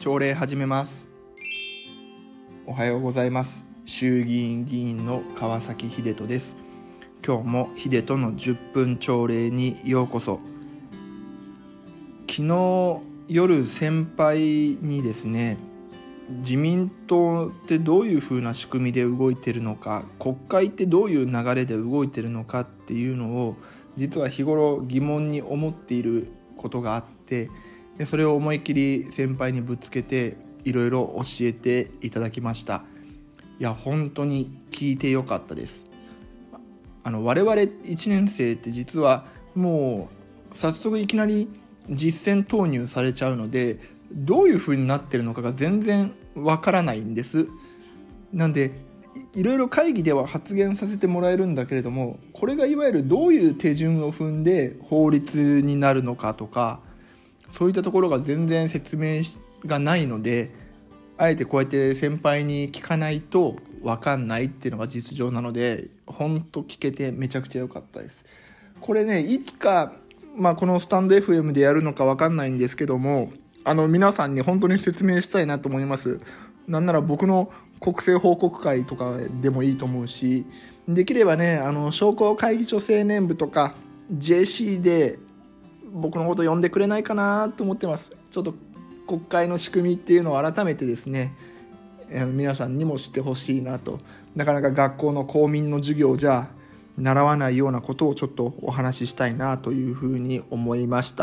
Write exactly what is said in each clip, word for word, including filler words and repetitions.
朝礼始めます。おはようございます。衆議院議員の川崎秀人です。今日も秀人のじゅっぷん朝礼にようこそ。昨日夜先輩にですね、自民党ってどういう風な仕組みで動いているのか、国会ってどういう流れで動いているのかっていうのを実は日頃疑問に思っていることがあって、でそれを思いっきり先輩にぶつけていろいろ教えていただきました。いや本当に聞いてよかったです。あの我々いちねん生って実はもう早速いきなり実践投入されちゃうので、どういう風になってるのかが全然わからないんです。なんでいろいろ会議では発言させてもらえるんだけれども、これがいわゆるどういう手順を踏んで法律になるのかとか、そういったところが全然説明がないので、あえてこうやって先輩に聞かないと分かんないっていうのが実情なので、本当聞けてめちゃくちゃ良かったです。これね、いつか、まあ、このスタンド エフエム でやるのか分かんないんですけども、あの皆さんに本当に説明したいなと思います。なんなら僕の国政報告会とかでもいいと思うし、できればね、あの商工会議所青年部とか ジェーシー で僕のこと呼んでくれないかなと思ってます。ちょっと国会の仕組みっていうのを改めてですね、皆さんにも知ってほしいなと。なかなか学校の公民の授業じゃ習わないようなことをちょっとお話ししたいなというふうに思いました。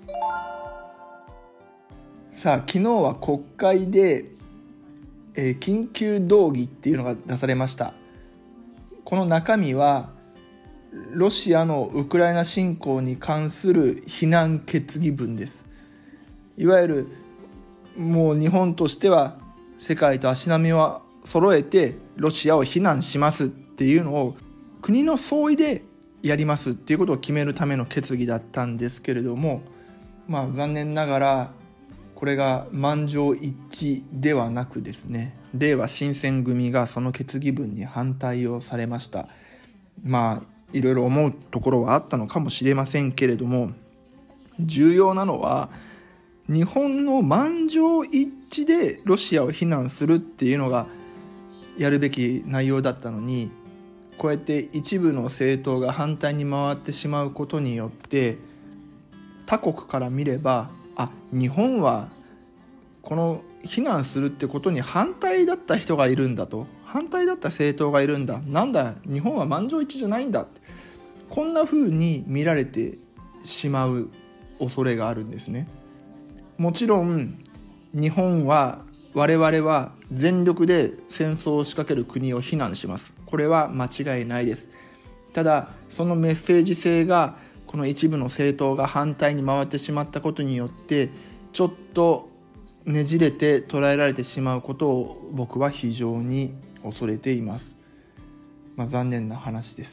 さあ、昨日は国会で、えー、緊急動議っていうのが出されました。この中身はロシアのウクライナ侵攻に関する非難決議文です。いわゆるもう日本としては世界と足並みを揃えてロシアを非難しますっていうのを国の総意でやりますっていうことを決めるための決議だったんですけれども、まあ残念ながらこれが満場一致ではなくですね、れいわ新選組がその決議文に反対をされました。まあいろいろ思うところはあったのかもしれませんけれども、重要なのは日本の満場一致でロシアを非難するっていうのがやるべき内容だったのに、こうやって一部の政党が反対に回ってしまうことによって他国から見れば、あ、日本はこの非難するってことに反対だった人がいるんだと、反対だった政党がいるんだ、なんだ日本は満場一致じゃないんだって、こんな風に見られてしまう恐れがあるんですね。もちろん日本は我々は全力で戦争を仕掛ける国を非難します。これは間違いないです。ただそのメッセージ性がこの一部の政党が反対に回ってしまったことによってちょっとねじれて捉えられてしまうことを僕は非常に恐れています。まあ、残念な話です。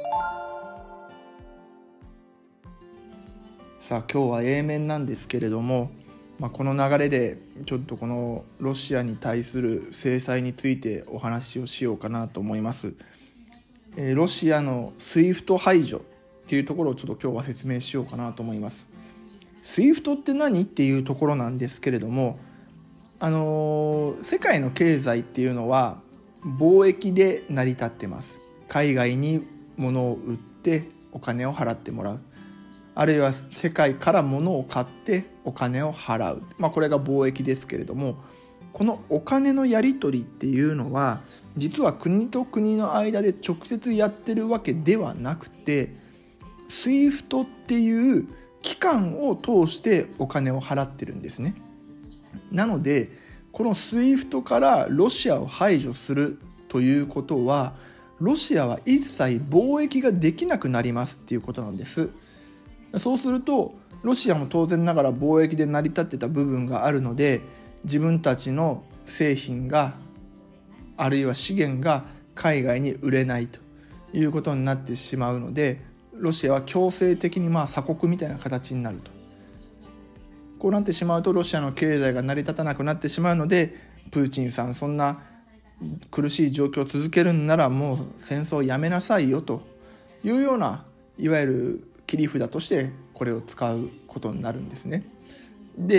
さあ今日は エー 面なんですけれども、まあ、この流れでちょっとこのロシアに対する制裁についてお話をしようかなと思います。えー、ロシアの スイフト 排除っていうところをちょっと今日は説明しようかなと思います。スイフト って何っていうところなんですけれども、あのー、世界の経済っていうのは貿易で成り立ってます。海外に物を売ってお金を払ってもらう、あるいは世界から物を買ってお金を払う、まあ、これが貿易ですけれども、このお金のやり取りっていうのは実は国と国の間で直接やってるわけではなくて、スイフト っていう機関を通してお金を払ってるんですね。なのでこの スイフト からロシアを排除するということは、ロシアは一切貿易ができなくなりますっていうことなんです。そうするとロシアも当然ながら貿易で成り立ってた部分があるので、自分たちの製品があるいは資源が海外に売れないということになってしまうので、ロシアは強制的にまあ鎖国みたいな形になると。こうなってしまうとロシアの経済が成り立たなくなってしまうので、プーチンさんそんな苦しい状況を続けるんならもう戦争をやめなさいよというような、いわゆる切り札としてこれを使うことになるんですね。で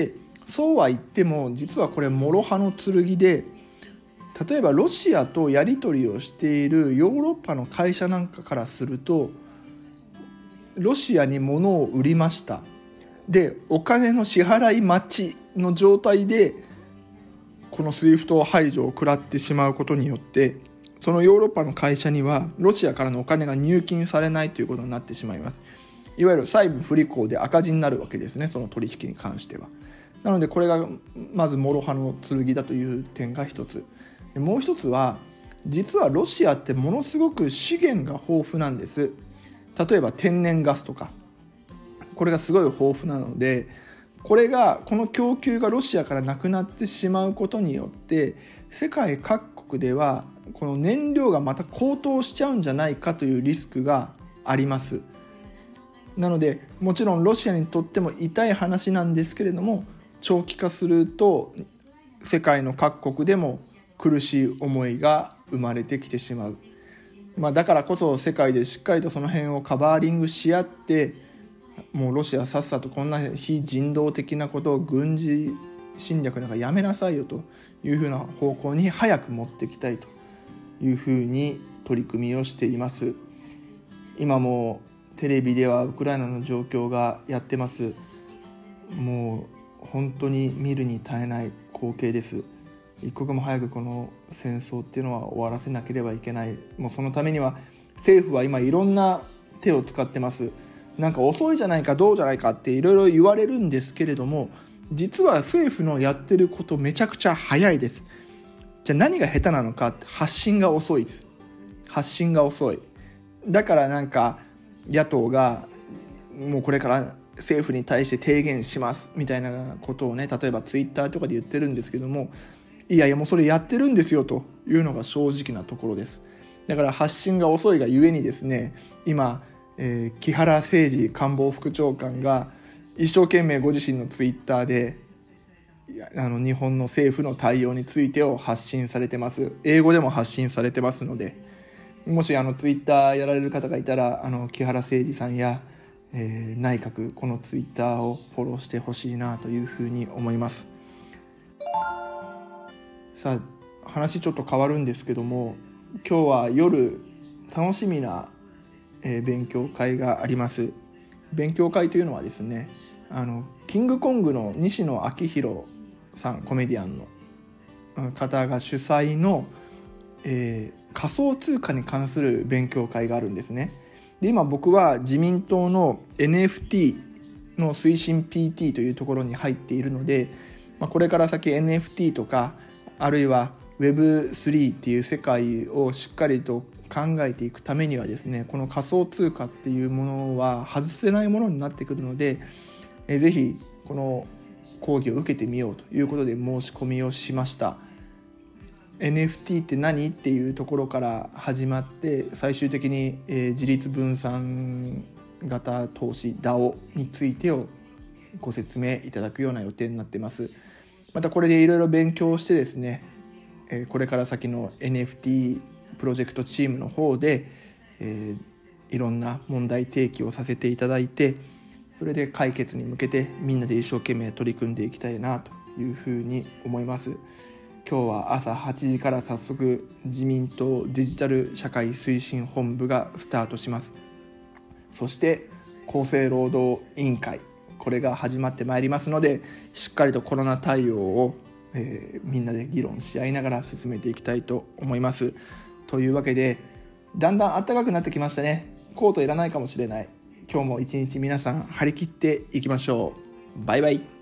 そうは言っても実はこれ諸刃の剣で、例えばロシアとやり取りをしているヨーロッパの会社なんかからすると、ロシアに物を売りました、でお金の支払い待ちの状態でこのスイフト排除を食らってしまうことによって、そのヨーロッパの会社にはロシアからのお金が入金されないということになってしまいます。いわゆる債務不履行で赤字になるわけですね、その取引に関しては。なのでこれがまず諸刃の剣だという点が一つ。もう一つは、実はロシアってものすごく資源が豊富なんです。例えば天然ガスとか、これがすごい豊富なので、これがこの供給がロシアからなくなってしまうことによって世界各国ではこの燃料がまた高騰しちゃうんじゃないかというリスクがあります。なのでもちろんロシアにとっても痛い話なんですけれども、長期化すると世界の各国でも苦しい思いが生まれてきてしまう、まあ、だからこそ世界でしっかりとその辺をカバーリングし合って、もうロシアさっさとこんな非人道的なことを軍事侵略なんかやめなさいよというふうな方向に早く持っていきたいというふうに取り組みをしています。今もテレビではウクライナの状況がやってます。もう本当に見るに耐えない光景です。一刻も早くこの戦争っていうのは終わらせなければいけない。もうそのためには政府は今いろんな手を使ってます。なんか遅いじゃないかどうじゃないかっていろいろ言われるんですけれども、実は政府のやってることめちゃくちゃ早いです。じゃあ何が下手なのかって、発信が遅いです。発信が遅い。だからなんか野党がもうこれから政府に対して提言しますみたいなことをね、例えばツイッターとかで言ってるんですけども、いやいやもうそれやってるんですよというのが正直なところです。だから発信が遅いがゆえにですね、今、えー、木原誠二官房副長官が一生懸命ご自身のツイッターであの日本の政府の対応についてを発信されてます。英語でも発信されてますので、もしあのツイッターやられる方がいたら、あの木原誠二さんや、えー、内閣このツイッターをフォローしてほしいなというふうに思います。さあ話ちょっと変わるんですけども、今日は夜楽しみな、えー、勉強会があります。勉強会というのはですね、あのキングコングの西野昭弘さん、コメディアンの方が主催の、えー、仮想通貨に関する勉強会があるんですね。で今僕は自民党の エヌエフティー の推進 ピーティー というところに入っているので、まあ、これから先 エヌエフティー とかあるいは ウェブスリー っていう世界をしっかりと考えていくためにはですね、この仮想通貨っていうものは外せないものになってくるので、えぜひこの講義を受けてみようということで申し込みをしました。 エヌエフティー って何っていうところから始まって、最終的に、えー、自立分散型投資 ダオ についてをご説明いただくような予定になっています。またこれでいろいろ勉強してですね、えー、これから先の エヌエフティー プロジェクトチームの方で、えー、いろんな問題提起をさせていただいて、それで解決に向けてみんなで一生懸命取り組んでいきたいなというふうに思います。今日は朝はちじから早速自民党デジタル社会推進本部がスタートします。そして厚生労働委員会、これが始まってまいりますので、しっかりとコロナ対応を、えー、みんなで議論し合いながら進めていきたいと思います。というわけで、だんだん暖かくなってきましたね。コートいらないかもしれない。今日も一日皆さん張り切っていきましょう。バイバイ。